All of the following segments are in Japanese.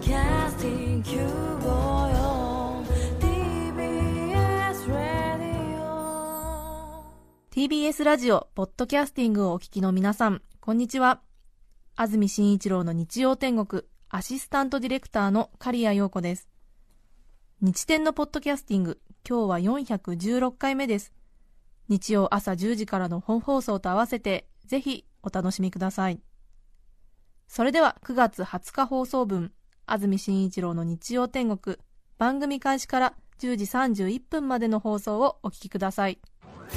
Podcasting 954 TBS ラジオ TBS ラジオポッドキャスティングをお聞きの皆さん、こんにちは。安住紳一郎の日曜天国アシスタントディレクターの刈谷陽子です。日天のポッドキャスティング、今日は416回目です。日曜朝10時からの本放送と合わせてぜひお楽しみください。それでは9月20日放送分、安住紳一郎の日曜天国、番組開始から10時31分までの放送をお聞きください。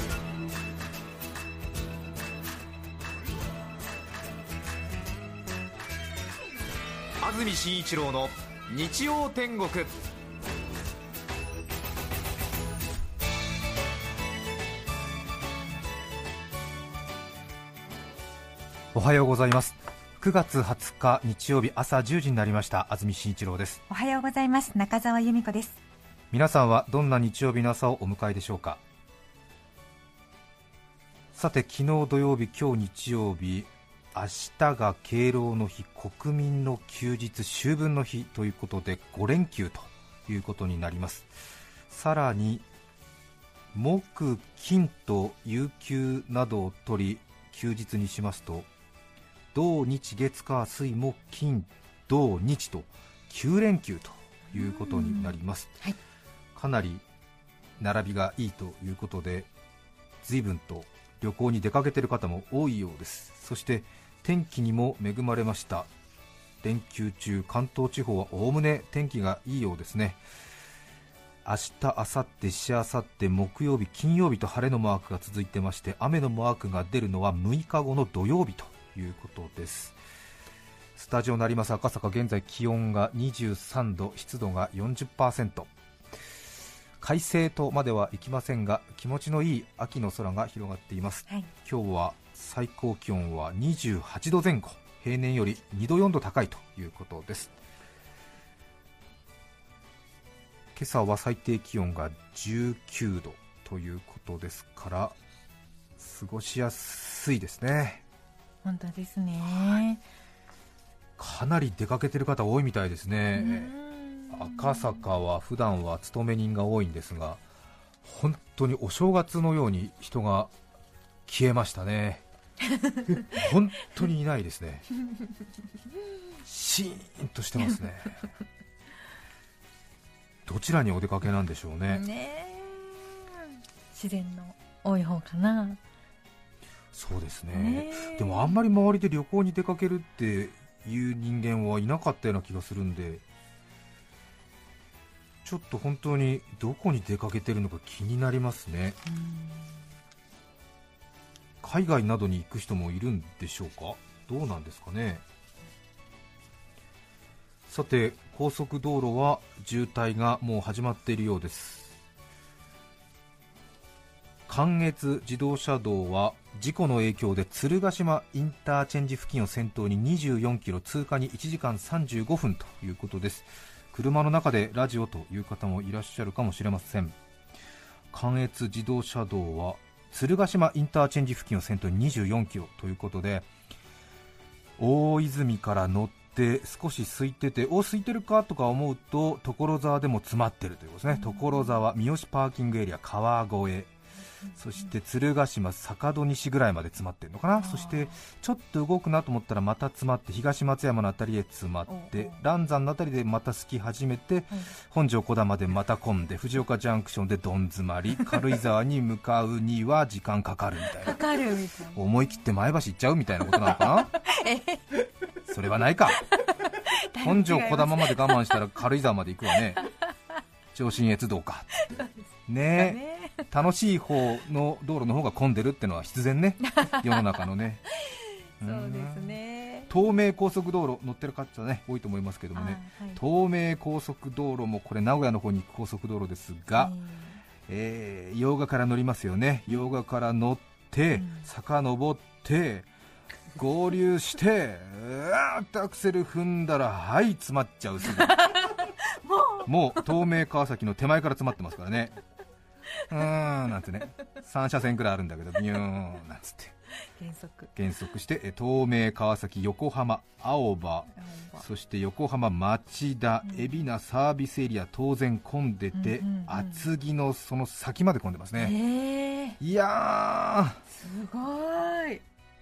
安住紳一郎の日曜天国。おはようございます。9月20日日曜日朝10時になりました。安住紳一郎です。 おはようございます。中澤由美子です。 皆さんはどんな日曜日の朝をお迎えでしょうか。さて、昨日土曜日、今日日曜日、明日が敬老の日、国民の休日、秋分の日ということで5連休ということになります。さらに木金と有給などを取り休日にしますと、土日月火水木金土日と9連休ということになります、はい、かなり並びがいいということで、随分と旅行に出かけている方も多いようです。そして天気にも恵まれました。連休中、関東地方はおおむね天気がいいようですね。明日、明後日、しあさって木曜日、金曜日と晴れのマークが続いてまして、雨のマークが出るのは6日後の土曜日ということです。スタジオ成増赤坂、現在気温が23度、湿度が 40%、 快晴とまではいきませんが気持ちのいい秋の空が広がっています、はい、今日は最高気温は28度前後、平年より2度4度高いということです。今朝は最低気温が19度ということですから、過ごしやすいですね。 本当ですね。 かなり出かけてる方多いみたいですね。赤坂は普段は勤め人が多いんですが、本当にお正月のように人が消えましたね。本当にいないですね。シーンとしてますね。どちらにお出かけなんでしょう ね。 自然の多い方かな。 そうです ね。でもあんまり周りで旅行に出かけるっていう人間はいなかったような気がするんで、ちょっと本当にどこに出かけてるのか気になりますね。海外などに行く人もいるんでしょうか。どうなんですかね。さて、高速道路は渋滞がもう始まっているようです。関越自動車道は事故の影響で鶴ヶ島インターチェンジ付近を先頭に24キロ、通過に1時間35分ということです。車の中でラジオという方もいらっしゃるかもしれません。関越自動車道は鶴ヶ島インターチェンジ付近を先頭に24キロということで、大泉から乗って少し空いてて、空いてるかとか思うと所沢でも詰まってるということですね。所沢、三好パーキングエリア、川越、そして鶴ヶ島、坂戸西ぐらいまで詰まってるのかな。そしてちょっと動くなと思ったらまた詰まって、東松山のあたりへ詰まって、嵐山のあたりでまたすき始めて、本庄小玉でまた混んで、藤岡ジャンクションでどん詰まり、軽井沢に向かうには時間かかるみたいな。かかるみたいな。思い切って前橋行っちゃうみたいなことなのかな。それはないか。本庄小玉まで我慢したら軽井沢まで行くわね。上信越道かね。楽しい方の道路の方が混んでるってのは必然ね。世の中のね。 そうですね。 東名高速道路乗ってる方ね多いと思いますけどもね、はい、東名高速道路もこれ名古屋の方に行く高速道路ですが、用賀から乗りますよね。用賀から乗って遡って合流してうわーってアクセル踏んだら、はい詰まっちゃう。すぐもう東名川崎の手前から詰まってますからね。なんてね、3車線くらいあるんだけどビューンなんつって減速して、東名、川崎、横浜、青葉、そして横浜、町田、海老名サービスエリア、当然混んでて、厚木のその先まで混んでますね。いやー、 すごい。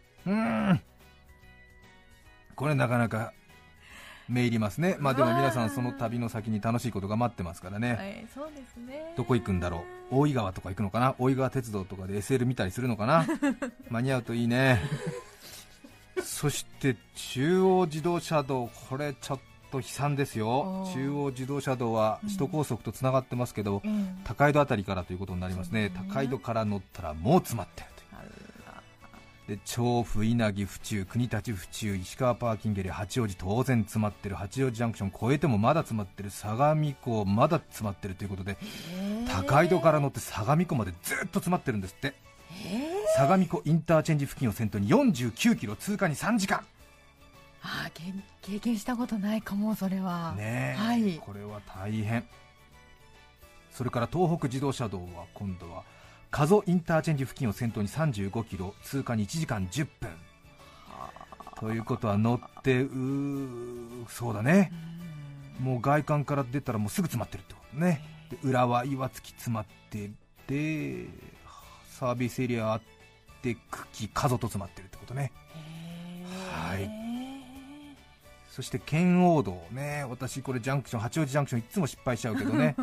これなかなかめいりますね。まあでも皆さんその旅の先に楽しいことが待ってますからね。 そうですね。 どこ行くんだろう。大井川とか行くのかな。大井川鉄道とかで SL 見たりするのかな。間に合うといいね。そして中央自動車道、これちょっと悲惨ですよ。中央自動車道は首都高速とつながってますけど、高井戸あたりからということになりますね。高井戸から乗ったらもう詰まってるという。で調布、稲城、府中、国立、府中、石川パーキングエリア、八王子当然詰まってる、八王子ジャンクション越えてもまだ詰まってる、相模湖まだ詰まってるということで、高井戸から乗って相模湖までずっと詰まってるんですって。相模湖インターチェンジ付近を先頭に49キロ、通過に3時間。 経験したことないかも、それはね、はい、これは大変。それから東北自動車道は今度は加須インターチェンジ付近を先頭に35キロ、通過に1時間10分ということは乗ってそうだね、もう外環から出たらもうすぐ詰まってるってことね。で浦和、岩槻詰まってでサービスエリアあって久喜、加須と詰まってるってことね。はい。そして圏央道ね、私これジャンクション、八王子ジャンクションいつも失敗しちゃうけどね。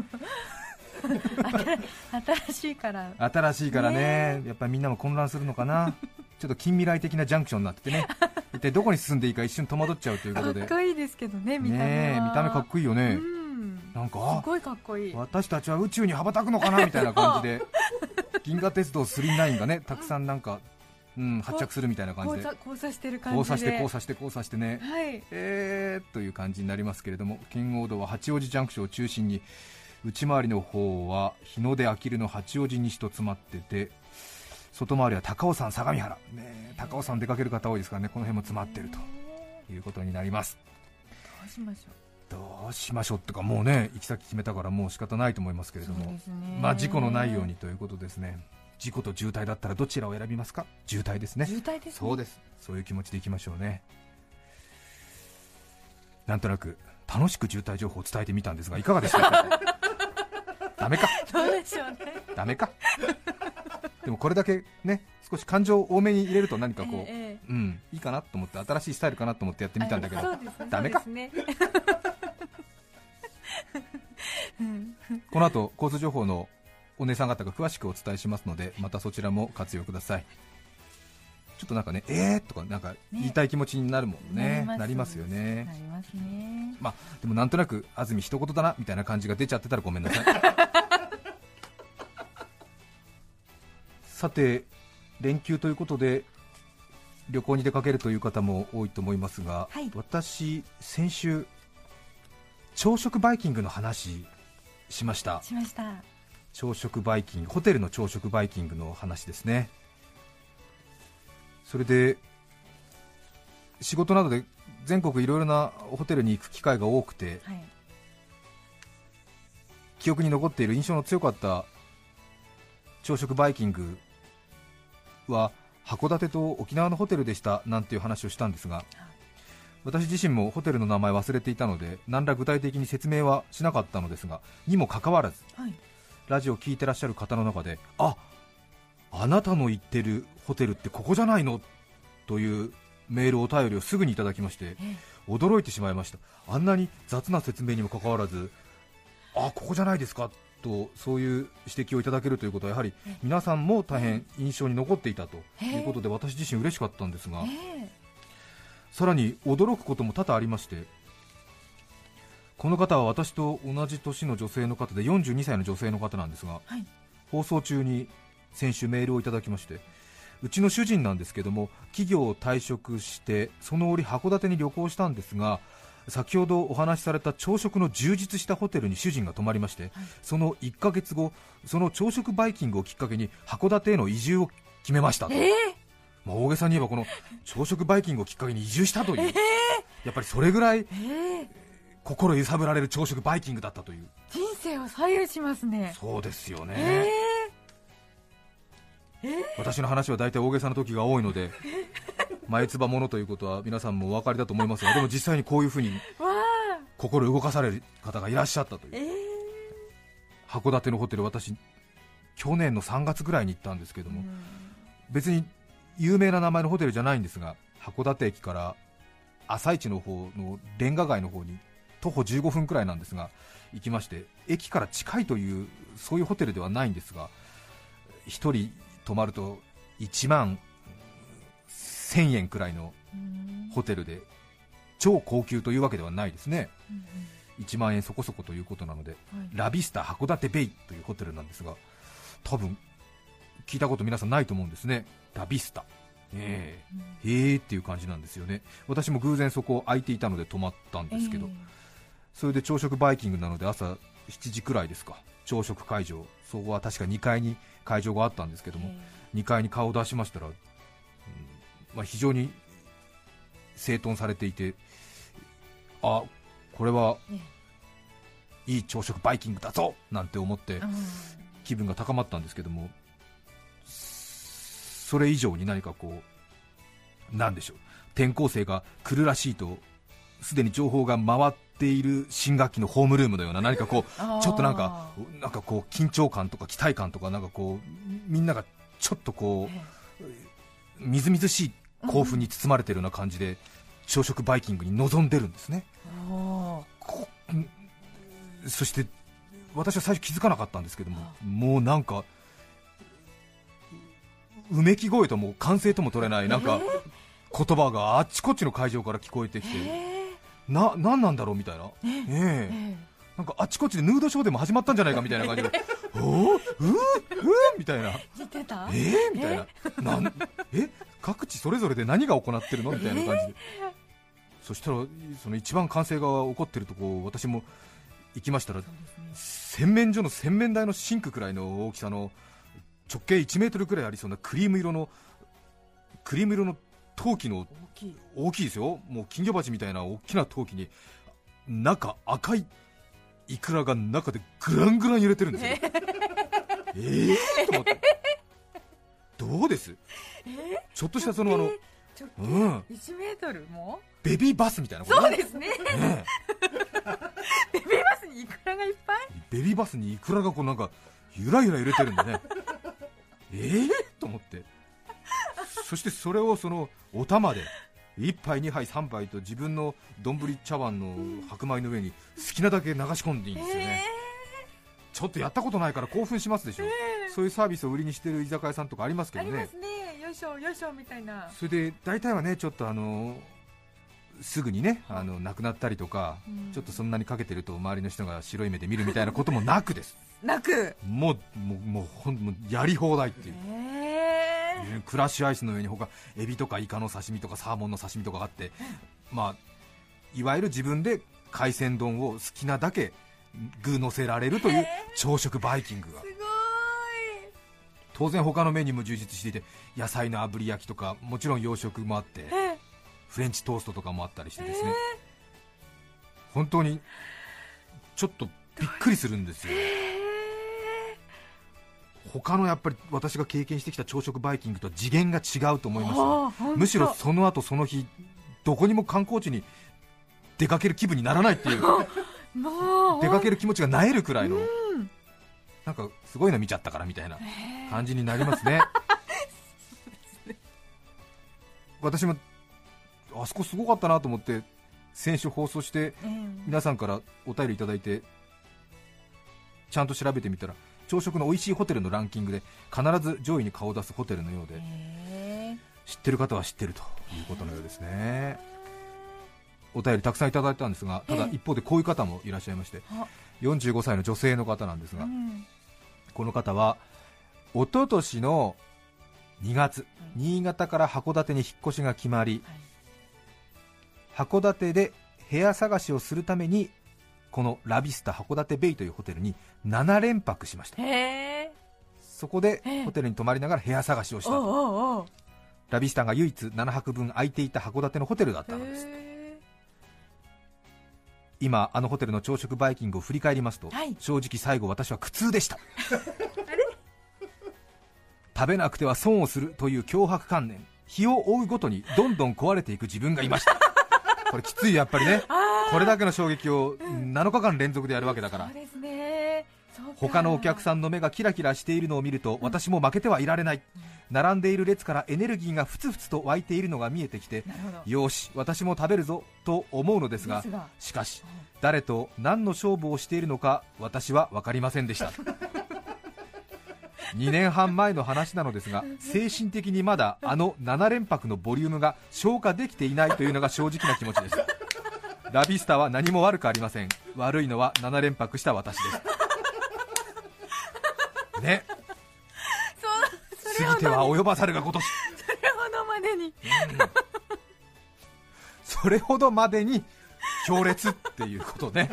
新しいからね、やっぱりみんなも混乱するのかな。ちょっと近未来的なジャンクションになっててね、一体どこに進んでいいか一瞬戸惑っちゃうということで。 かっこいいですけどね、見た目は。 見た目かっこいいよね。なんかすごいかっこいい。 私たちは宇宙に羽ばたくのかなみたいな感じで銀河鉄道999がね、たくさんなんか、発着するみたいな感じで交差してる感じで、 交差してね、はい、という感じになりますけれども、圏央道は八王子ジャンクションを中心に内回りの方は日の出あきるの八王子西と詰まってて、外回りは高尾山、相模原、高尾山出かける方多いですからね、この辺も詰まってるということになります。 どうしましょうってか、もうね行き先決めたからもう仕方ないと思いますけれども、まあ事故のないようにということですね。事故と渋滞だったらどちらを選びますか。渋滞ですね。そうです。そういう気持ちでいきましょうね。なんとなく楽しく渋滞情報を伝えてみたんですがいかがでしたか。ダメか。 どうでしょうね。 ダメか。でもこれだけね、少し感情多めに入れると何かこう、いいかなと思って、新しいスタイルかなと思ってやってみたんだけど、ダメか。この後交通情報のお姉さん方が詳しくお伝えしますので、またそちらも活用ください。ちょっとなんかね、とかなんか言いたい気持ちになるもんね。なりますよね。 なりますね。 まあでもなんとなく安住一言だなみたいな感じが出ちゃってたらごめんなさい。さて連休ということで旅行に出かけるという方も多いと思いますが、私先週朝食バイキングの話しました。朝食バイキング、ホテルの朝食バイキングの話ですね。それで仕事などで全国いろいろなホテルに行く機会が多くて、記憶に残っている印象の強かった朝食バイキングは函館と沖縄のホテルでしたなんていう話をしたんですが、私自身もホテルの名前忘れていたので何ら具体的に説明はしなかったのですが、にもかかわらず、ラジオを聞いてらっしゃる方の中で、あなたの行ってるホテルってここじゃないのというメール、お便りをすぐにいただきまして、驚いてしまいました。あんなに雑な説明にもかかわらず、ここじゃないですかと、そういう指摘をいただけるということはやはり皆さんも大変印象に残っていたということで、私自身嬉しかったんですが、さらに驚くことも多々ありまして、この方は私と同じ年の女性の方で42歳の女性の方なんですが、放送中に先週メールをいただきまして、うちの主人なんですけども企業を退職してその折函館に旅行したんですが、先ほどお話しされた朝食の充実したホテルに主人が泊まりまして、その1ヶ月後、その朝食バイキングをきっかけに函館への移住を決めましたと。大げさに言えばこの朝食バイキングをきっかけに移住したという、やっぱりそれぐらい、心揺さぶられる朝食バイキングだったという。 人生を左右しますね。 そうですよね。 私の話は大体大げさな時が多いので前つばものということは皆さんもお分かりだと思いますが、でも実際にこういうふうに心動かされる方がいらっしゃったという、函館のホテル、私去年の3月ぐらいに行ったんですけども、別に有名な名前のホテルじゃないんですが、函館駅から朝市の方のレンガ街の方に徒歩15分くらいなんですが行きまして、駅から近いというそういうホテルではないんですが、1人泊まると1万1000円くらいのホテルで、超高級というわけではないですね、1万円そこそこということなので、ラビスタ函館ベイというホテルなんですが、多分聞いたこと皆さんないと思うんですね。ラビスタ、っていう感じなんですよね。私も偶然そこ空いていたので泊まったんですけど、それで朝食バイキングなので朝7時くらいですか、朝食会場、そこは確か2階に会場があったんですけども、2階に顔を出しましたら、非常に整頓されていて、あ、これはいい朝食バイキングだぞなんて思って気分が高まったんですけども、それ以上に何かなんでしょう、転校生が来るらしいとすでに情報が回っている新学期のホームルームのような、何かちょっとなんか緊張感とか期待感とか、なんかみんながちょっとみずみずしい興奮に包まれているような感じで朝食バイキングに臨んでるんですね。そして私は最初気づかなかったんですけども、もうなんかうめき声とも歓声とも取れないなんか言葉があっちこっちの会場から聞こえてきて、なんなんだろうみたいな、なんかあっちこっちでヌードショーでも始まったんじゃないかみたいな感じでおーみたいな、 聞いてたみたいな、各地それぞれで何が行ってるのみたいな感じで、そしたらその一番歓声が起こってるとこ私も行きましたら、洗面所の洗面台のシンクくらいの大きさの直径1メートルくらいありそうなクリーム色の陶器の、大きいですよ、もう金魚鉢みたいな大きな陶器に中赤いイクラが中でグラングラン揺れてるんですよ。と思って、どうです、ちょっとしたその直径1メートルもベビーバスみたいなこと、 そうですね、ベビーバスにイクラがいっぱい、 ベビーバスにイクラがなんかゆらゆら揺れてるんでねと思って、そしてそれをそのお玉で1杯2杯3杯と自分の丼茶碗の白米の上に好きなだけ流し込んでいいんですよね。ちょっとやったことないから興奮しますでしょ、そういうサービスを売りにしてる居酒屋さんとかありますけどね。 ありますね、よいしょよいしょみたいな。 それで大体はね、ちょっとすぐにねなくなったりとか、ちょっとそんなにかけてると周りの人が白い目で見るみたいなこともなくですなく、 もうやり放題っていう、クラッシュアイスの上に他エビとかイカの刺身とかサーモンの刺身とかがあって、いわゆる自分で海鮮丼を好きなだけ具乗せられるという朝食バイキングが、 すごい、 当然他のメニューも充実していて、野菜の炙り焼きとかもちろん洋食もあって、フレンチトーストとかもあったりしてですね、本当にちょっとびっくりするんですよ。他のやっぱり私が経験してきた朝食バイキングとは次元が違うと思いました。むしろその後その日どこにも観光地に出かける気分にならないっていう出かける気持ちがなえるくらいの、なんかすごいの見ちゃったからみたいな感じになりますね。私もあそこすごかったなと思って先週放送して皆さんからお便りいただいてちゃんと調べてみたら、朝食の美味しいホテルのランキングで必ず上位に顔を出すホテルのようで、知ってる方は知ってるということのようですね。お便りたくさんいただいたんですが、ただ一方でこういう方もいらっしゃいまして、45歳の女性の方なんですが、この方は一昨年の2月、新潟から函館に引っ越しが決まり、函館で部屋探しをするためにこのラビスタ函館ベイというホテルに7連泊しました。そこでホテルに泊まりながら部屋探しをしたと。ラビスタが唯一7泊分空いていた函館のホテルだったのです。今あのホテルの朝食バイキングを振り返りますと、正直最後私は苦痛でした。 食べなくては損をするという強迫観念、日を追うごとにどんどん壊れていく自分がいました。これきつい、やっぱりね。これだけの衝撃を7日間連続でやるわけだから。 そうですね。 他のお客さんの目がキラキラしているのを見ると、私も負けてはいられない。並んでいる列からエネルギーがふつふつと湧いているのが見えてきて、よし私も食べるぞと思うのですが、しかし誰と何の勝負をしているのか私は分かりませんでした。2年半前の話なのですが、精神的にまだあの7連泊のボリュームが消化できていないというのが正直な気持ちです。ラビスタは何も悪くありません。悪いのは7連泊した私ですね。過ぎては及ばざるが如し。 それほどまでに、 それほどまでに強烈っていうことね。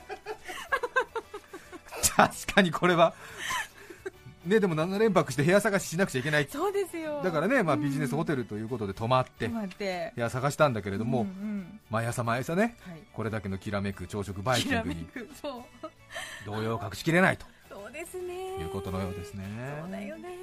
確かにこれはね、でも7連泊して部屋探ししなくちゃいけない。 そうですよ。 だからね、ビジネスホテルということで泊まって部屋探したんだけれども、毎朝毎朝ね、これだけのきらめく朝食バイキングに動揺を隠しきれないということのようですね。 そうだよね。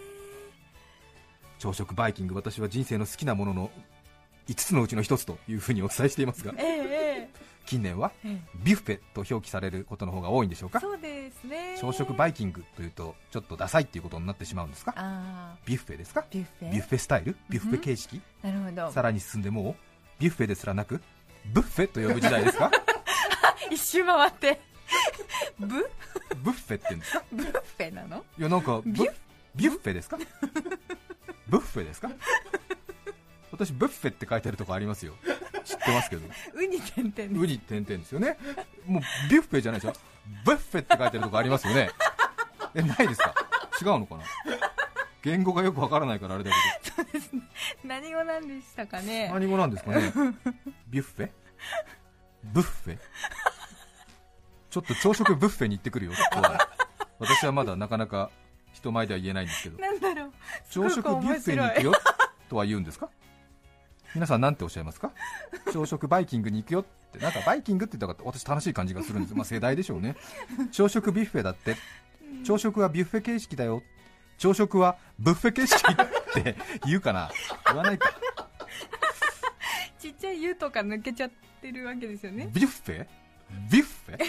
朝食バイキング、私は人生の好きなものの5つのうちの1つというふうにお伝えしていますが、近年はビュッフェと表記されることの方が多いんでしょうか。 そうですね。 朝食バイキングというとちょっとダサいっていうことになってしまうんですか。ビュッフェですか。ビュッフェスタイル、ビュッフェ形式、 なるほど。 さらに進んでもうビュッフェですらなくブッフェと呼ぶ時代ですか。 一周回ってブッフェって言うんですか。 ブッフェなの。 いや、なんかビュッフェですか。ブッフェですか。私ブッフェって書いてあるとこありますよ。知ってますけど。 ウニ点々。 ウニ点々ですよね。もうビュッフェじゃないですよ。ブッフェって書いてあるとこありますよね。ないですか。違うのかな。言語がよくわからないからあれだけど。 そうですね。何語なんでしたかね。 何語なんですかね。ビュッフェ、ブッフェ。ちょっと朝食ブッフェに行ってくるよ。私はまだなかなか人前では言えないんですけど。 なんだろう。 朝食ビュッフェに行くよとは言うんですか。皆さんなんておっしゃいますか。朝食バイキングに行くよって、なんかバイキングって言ったら私楽しい感じがするんです。世代でしょうね。朝食ビュッフェだって、朝食はビュッフェ形式だよ、朝食はブッフェ形式って言うかな。言わないか。 ちっちゃい「湯」とか抜けちゃってるわけですよね。 ビュッフェ、ビュッフェ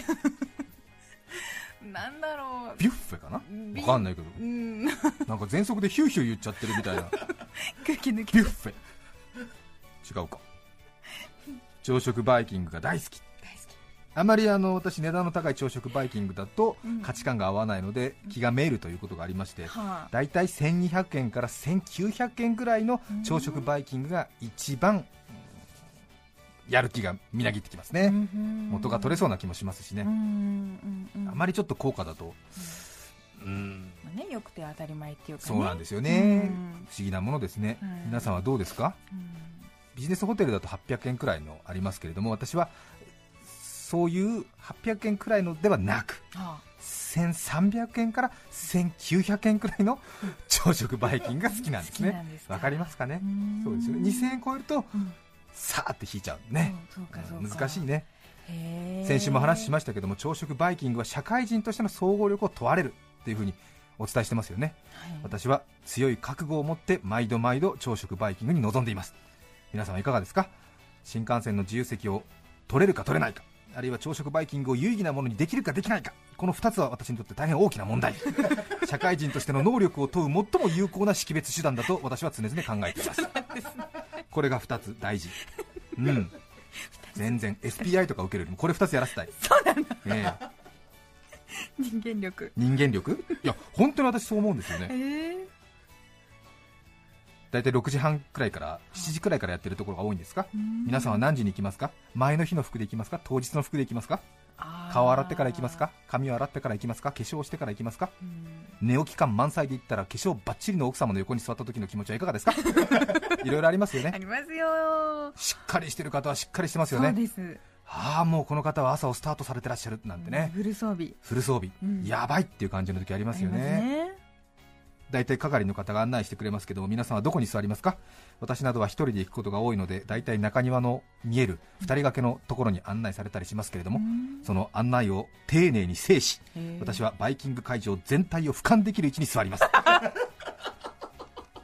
なんだろう。 ビュッフェかな。わかんないけど、なんか全速でヒューヒュー言っちゃってるみたいな。 空気抜け。 ビュッフェ違うか。朝食バイキングが大好き。あまり私値段の高い朝食バイキングだと価値観が合わないので気がめいるということがありまして、だいたい1200円から1900円ぐらいの朝食バイキングが一番やる気がみなぎってきますね。元が取れそうな気もしますしね。あまりちょっと高価だとよくて当たり前っていうかね。 そうなんですよね。不思議なものですね。皆さんはどうですか。ビジネスホテルだと800円くらいのありますけれども、私はそういう800円くらいのではなく、1300円から1900円くらいの朝食バイキングが好きなんですね。わかりますかね。そうですよね。2000円超えるとさーって引いちゃうね。難しいね。先週も話しましたけども、朝食バイキングは社会人としての総合力を問われるっていうふうにお伝えしてますよね。私は強い覚悟を持って毎度毎度朝食バイキングに臨んでいます。皆さんはいかがですか。新幹線の自由席を取れるか取れないか、あるいは朝食バイキングを有意義なものにできるかできないか、この2つは私にとって大変大きな問題。社会人としての能力を問う最も有効な識別手段だと私は常々考えています。これが2つ大事。全然 SPI とか受けるよりもこれ2つやらせたい。 そうなんだ。人間力いや本当に私そう思うんですよね。だいたい6時半くらいから7時くらいからやってるところが多いんですか。皆さんは何時に行きますか。前の日の服で行きますか、当日の服で行きますか、顔洗ってから行きますか、髪を洗ってから行きますか、化粧してから行きますか。寝起き感満載で行ったら化粧バッチリの奥様の横に座った時の気持ちはいかがですか。いろいろありますよね。 ありますよ。 しっかりしてる方はしっかりしてますよね。 そうです。 もうこの方は朝をスタートされてらっしゃるなんてね。 フル装備、 やばいっていう感じの時ありますよね。だいたい係の方が案内してくれますけども、皆さんはどこに座りますか。私などは一人で行くことが多いので、だいたい中庭の見える2人掛けのところに案内されたりしますけれども、その案内を丁寧に制し、私はバイキング会場全体を俯瞰できる位置に座ります。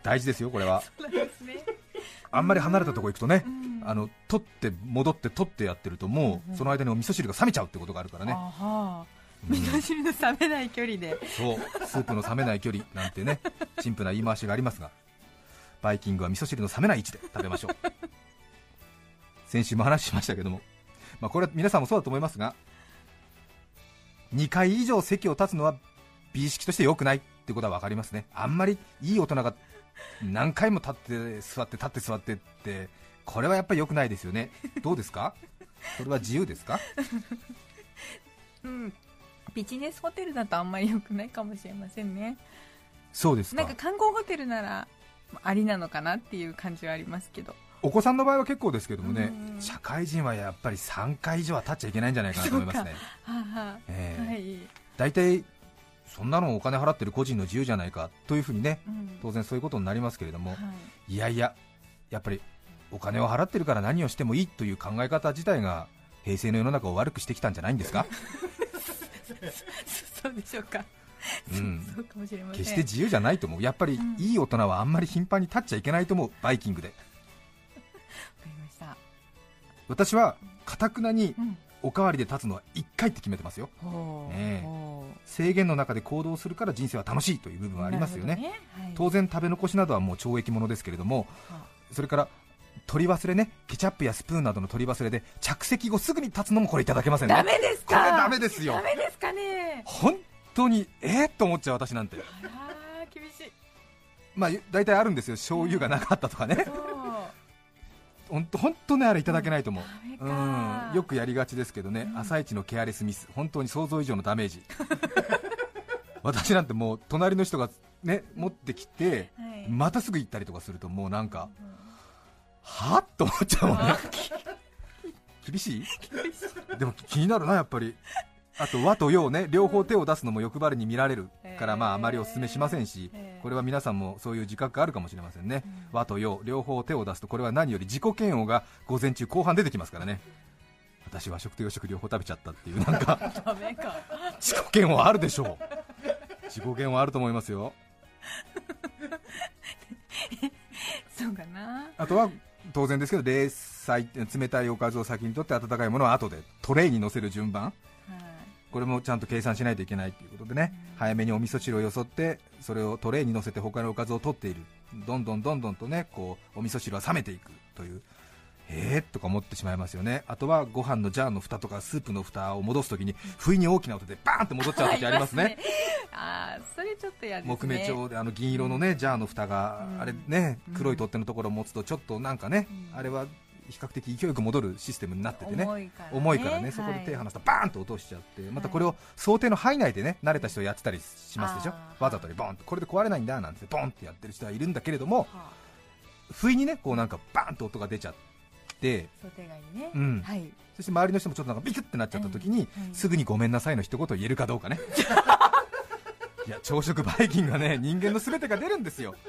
大事ですよこれは。 そうなんですね。 あんまり離れたとこ行くとね、 うん取って戻って取ってやってるともう、その間にお味噌汁が冷めちゃうってことがあるからね。 あはうん味噌汁の冷めない距離で。 そうスープの冷めない距離なんてね陳腐な言い回しがありますが、バイキングは味噌汁の冷めない位置で食べましょう。先週も話しましたけども、これは皆さんもそうだと思いますが、2回以上席を立つのは美意識として良くないってことは分かりますね。あんまりいい大人が何回も立って座って立って座ってって、これはやっぱり良くないですよね。どうですか、それは自由ですか？ うんビジネスホテルだとあんまり良くないかもしれませんね。 そうですか。 なんか観光ホテルならありなのかなっていう感じはありますけど、 お子さんの場合は結構ですけどもね、 うん社会人はやっぱり3回以上は立っちゃいけないんじゃないかなと思いますね。 はあはあはい、 大体そんなのお金払ってる個人の自由じゃないかというふうにね、 うん当然そういうことになりますけれども、 はいいやいや、やっぱりお金を払ってるから何をしてもいいという考え方自体が平成の世の中を悪くしてきたんじゃないんですか？ そうでしょうか、 うんそうかもしれません。 決して自由じゃないと思う。やっぱりうんいい大人はあんまり頻繁に立っちゃいけないと思う。バイキングでわかりました。 私は堅くなにうんおかわりで立つのは1回って決めてますよ。 ほうねえほう制限の中で行動するから人生は楽しいという部分はありますよね。 なるほどはい当然食べ残しなどはもう懲役ものですけれども、 はそれから取り忘れね、ケチャップやスプーンなどの取り忘れで着席後すぐに立つのもこれいただけませんね。 ダメですか？ これダメですよ。 ダメですかね。 本当にと思っちゃう私なんて。 あら厳しい。 大体あるんですよ、醤油がなかったとかね。本当ね、あれいただけないと思う。 ダメかよくやりがちですけどね、朝一のケアレスミス、本当に想像以上のダメージ。私なんてもう隣の人がね持ってきて、 はいまたすぐ行ったりとかするともうなんか、はっと思っちゃうもんね。厳しい？でも気になるなやっぱり。あと和と洋ね、両方手を出すのも欲張りに見られるから、あまりお勧めしませんし、これは皆さんもそういう自覚があるかもしれませんね。和と洋両方手を出すと、これは何より自己嫌悪が午前中後半出てきますからね。私和食と洋食両方食べちゃったっていう、なんかダメか。 自己嫌悪あるでしょう。自己嫌悪あると思いますよ。 そうかな。 あとは当然ですけど、冷たいおかずを先にとって温かいものは後でトレイに乗せる順番、これもちゃんと計算しないといけないということでね、早めにお味噌汁をよそってそれをトレイに乗せて他のおかずを取っている。どんどんとね、こうお味噌汁は冷めていくという、とか思ってしまいますよね。あとはご飯のジャーの蓋とかスープの蓋を戻すときに不意に大きな音でバーンって戻っちゃう時ありますね。 あー、それちょっと嫌ですね。 木目調で銀色のねジャーの蓋が、あれね、黒い取っ手のところを持つとちょっとなんかね、あれは比較的勢いよく戻るシステムになっててね、重いからね、そこで手離すとバーンと落としちゃって、またこれを想定の範囲内でね慣れた人やってたりしますでしょ。わざとにボンとこれで壊れないんだなんてボンってやってる人はいるんだけれども、不意にねこうなんかバーンと音が出ちゃって、 想定外にね、 うんはい、 そして周りの人もちょっとなんかビクってなっちゃった時に、すぐにごめんなさいの一言を言えるかどうかね。いや朝食バイキングはね、人間の全てが出るんですよ。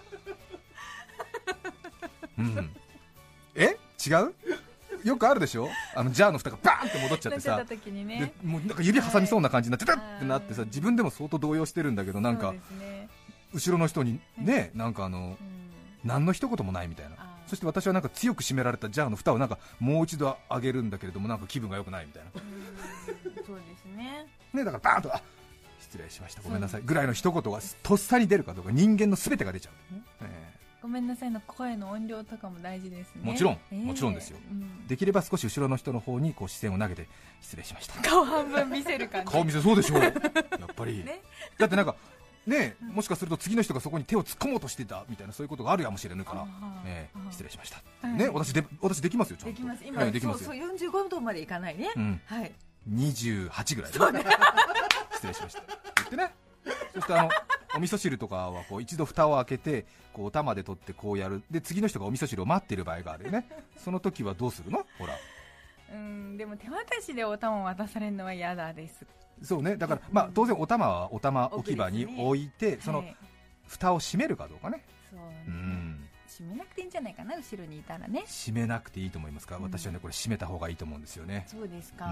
違う？よくあるでしょ、ジャーの蓋がバーンって戻っちゃってさ、 時にね、 でもうなんか指挟みそうな感じになって、ってなってさ、自分でも相当動揺してるんだけど、なんか、後ろの人にね、なんか何の一言もないみたいな。そして私はなんか強く閉められたジャーの蓋をなんかもう一度上げるんだけれども、なんか気分が良くないみたいな。 そうですね。 ね、だからバーンと失礼しましたごめんなさいぐらいの一言がとっさに出るかどうか、人間の全てが出ちゃう。 ごめんなさいの声の音量とかも大事ですね。 もちろんですよ。できれば少し後ろの人の方にこう視線を投げて失礼しました。 顔半分見せる感じ。 顔見せそうでしょう。やっぱり。だってなんかね、もしかすると次の人がそこに手を突っ込もうとしてたみたいな、そういうことがあるやもしれぬから、失礼しましたね。私できますよ、ちゃんと。 できます。今できますよ。 そう45度までいかないね。はい。 28ぐらい。失礼しました。言ってね。そしてお味噌汁とかはこう一度蓋を開けてこうお玉で取ってこうやる。で次の人がお味噌汁を待っている場合があるよね。その時はどうするの？ほら。 でも手渡しでお玉を渡されるのは嫌だです。 そうね。だから当然お玉はお玉置き場に置いて、その蓋を閉めるかどうかね。 そうね。閉めなくていいんじゃないかな、後ろにいたらね。 閉めなくていいと思いますか？私はねこれ閉めた方がいいと思うんですよね。 そうですか。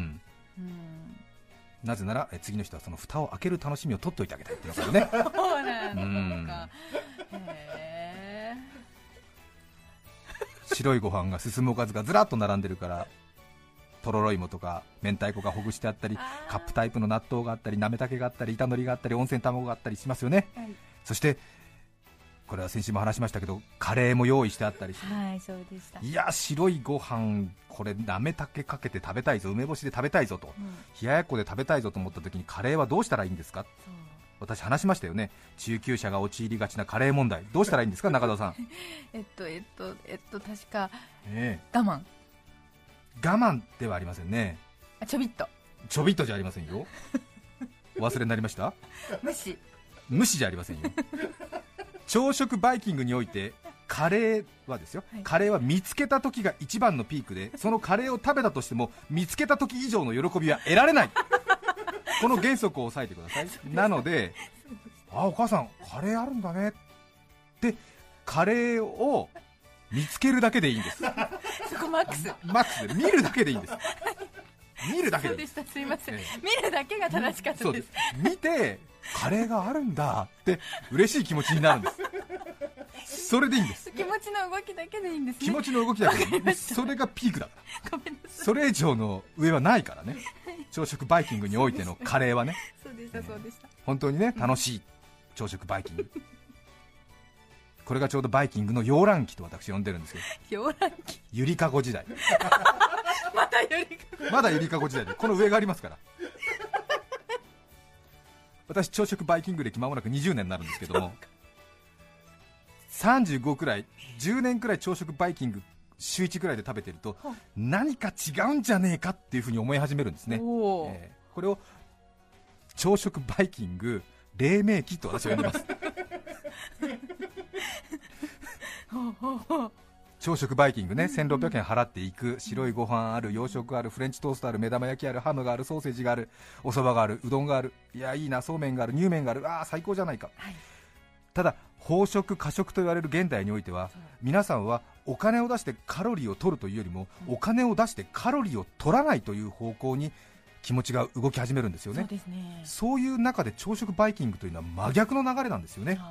なぜなら次の人はその蓋を開ける楽しみを取っておいてあげたいっていうのがね。 そうなのか。 白いご飯が進むおかずがずらっと並んでるから、とろろ芋とか明太子がほぐしてあったり、カップタイプの納豆があったり、なめたけがあったり、板のりがあったり、温泉卵があったりしますよね、 はい、 そしてこれは先週も話しましたけど、カレーも用意してあったりして、 はい、そうでした。 いや白いご飯、これなめたけかけて食べたいぞ、梅干しで食べたいぞと、冷ややっこで食べたいぞと思った時に、カレーはどうしたらいいんですか。私話しましたよね、中級者が陥りがちなカレー問題、どうしたらいいんですか中田さん。 確か、我慢。 我慢ではありませんね。 ちょびっと。 ちょびっとじゃありませんよ。お忘れになりました。無視じゃありませんよ。朝食バイキングにおいてカレーはですよ、はい、カレーは見つけた時が一番のピークで、そのカレーを食べたとしても見つけた時以上の喜びは得られない。この原則を押さえてください。なので、お母さんカレーあるんだねってカレーを見つけるだけでいいんです。 そこマックスで見るだけでいいんです。見るだけでいい。 そうでした、すいません、見るだけが正しかったです。 そうです。見てカレーがあるんだって嬉しい気持ちになるんです。それでいいんです。 気持ちの動きだけでいいんですね。 気持ちの動きだけでいい。それがピークだから。 ごめんなさい。 それ以上の上はないからね。朝食バイキングにおいてのカレーはね。 そうでしたそうでした。 本当にね、楽しい朝食バイキング。これがちょうどバイキングの洋卵期と私呼んでるんですけど。 洋卵期。 ゆりかご時代。 まだゆりかご時代で、この上がありますから。私朝食バイキング歴間もなく20年になるんですけども、35くらい10年くらい朝食バイキング週1くらいで食べてると、何か違うんじゃねえかっていうふうに思い始めるんですね。これを朝食バイキング黎明期と私は呼んでます。朝食バイキングね、1600円払っていく。白いご飯ある、洋食ある、フレンチトーストある、目玉焼きある、ハムがある、ソーセージがある、お蕎麦がある、うどんがある、いやいいな、そうめんがある、乳麺がある、最高じゃないか、はい、ただ飽食過食と言われる現代においては、皆さんはお金を出してカロリーを取るというよりも、お金を出してカロリーを取らないという方向に気持ちが動き始めるんですよね。そういう中で朝食バイキングというのは真逆の流れなんですよね。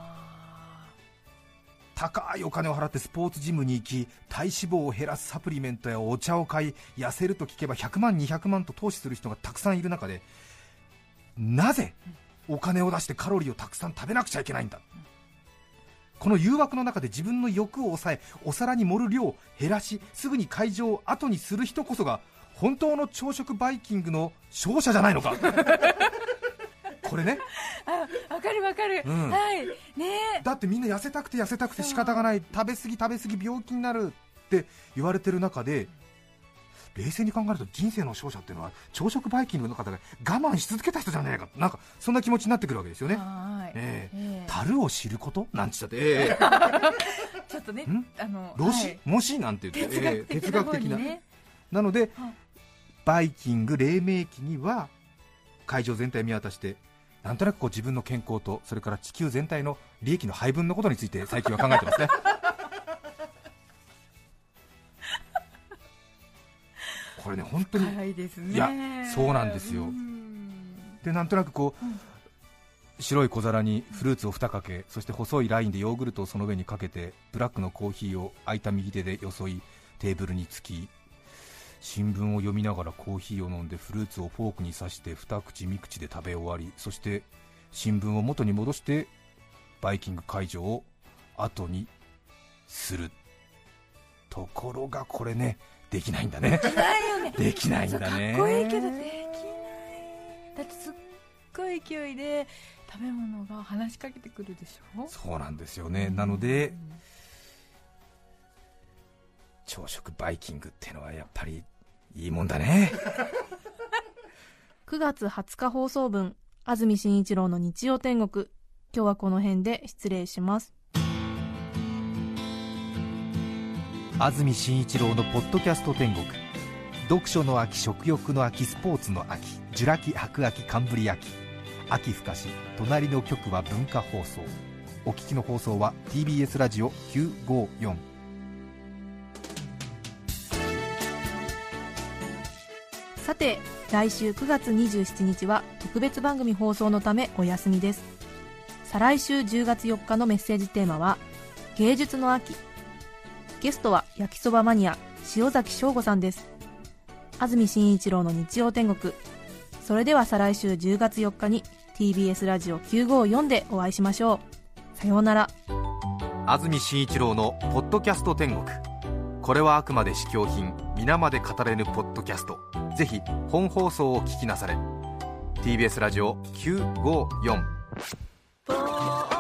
高いお金を払ってスポーツジムに行き、体脂肪を減らすサプリメントやお茶を買い、痩せると聞けば100万200万と投資する人がたくさんいる中で、なぜお金を出してカロリーをたくさん食べなくちゃいけないんだ。この誘惑の中で自分の欲を抑え、お皿に盛る量を減らし、すぐに会場を後にする人こそが本当の朝食バイキングの勝者じゃないのか。これね、 わかるわかる、はいね。 だってみんな痩せたくて仕方がない、食べ過ぎ病気になるって言われてる中で、冷静に考えると人生の勝者っていうのは朝食バイキングの方が我慢し続けた人じゃないか、なんかそんな気持ちになってくるわけですよね。樽を知ることなんて言っちゃって、 ちょっとね、 もしなんて言って、哲学的な、なので、バイキング黎明期には会場全体を見渡して、なんとなくこう自分の健康と、それから地球全体の利益の配分のことについて最近は考えてますね。これね、本当に早いですね。 いや、そうなんですよ。で、なんとなくこう、白い小皿にフルーツを2かけ、そして細いラインでヨーグルトをその上にかけて、ブラックのコーヒーを空いた右手でよそい、テーブルにつき、新聞を読みながらコーヒーを飲んで、フルーツをフォークに刺して2口3口で食べ終わり、そして新聞を元に戻してバイキング会場を後にする。ところがこれね、できないんだね。できないんだね。 かっこいいけどできない。だってすっごい勢いで食べ物が話しかけてくるでしょ。 そうなんですよね。なので、朝食バイキングってのはやっぱりいいもんだね。 9月20日放送分、安住紳一郎の日曜天国。今日はこの辺で失礼します。 安住紳一郎のポッドキャスト天国。読書の秋、食欲の秋、スポーツの秋、ジュラ紀白秋冠秋、秋深し、隣の局は文化放送。お聞きの放送は TBS ラジオ954。 さて、来週9月27日は特別番組放送のためお休みです。再来週10月4日のメッセージテーマは芸術の秋。 ゲストは焼きそばマニア塩崎翔吾さんです。安住紳一郎の日曜天国。それでは再来週10月4日に TBS ラジオ954でお会いしましょう。さようなら。 安住紳一郎のポッドキャスト天国。これはあくまで試供品、皆まで語れぬポッドキャスト。ぜひ本放送を聞きなされ。 TBS ラジオ954。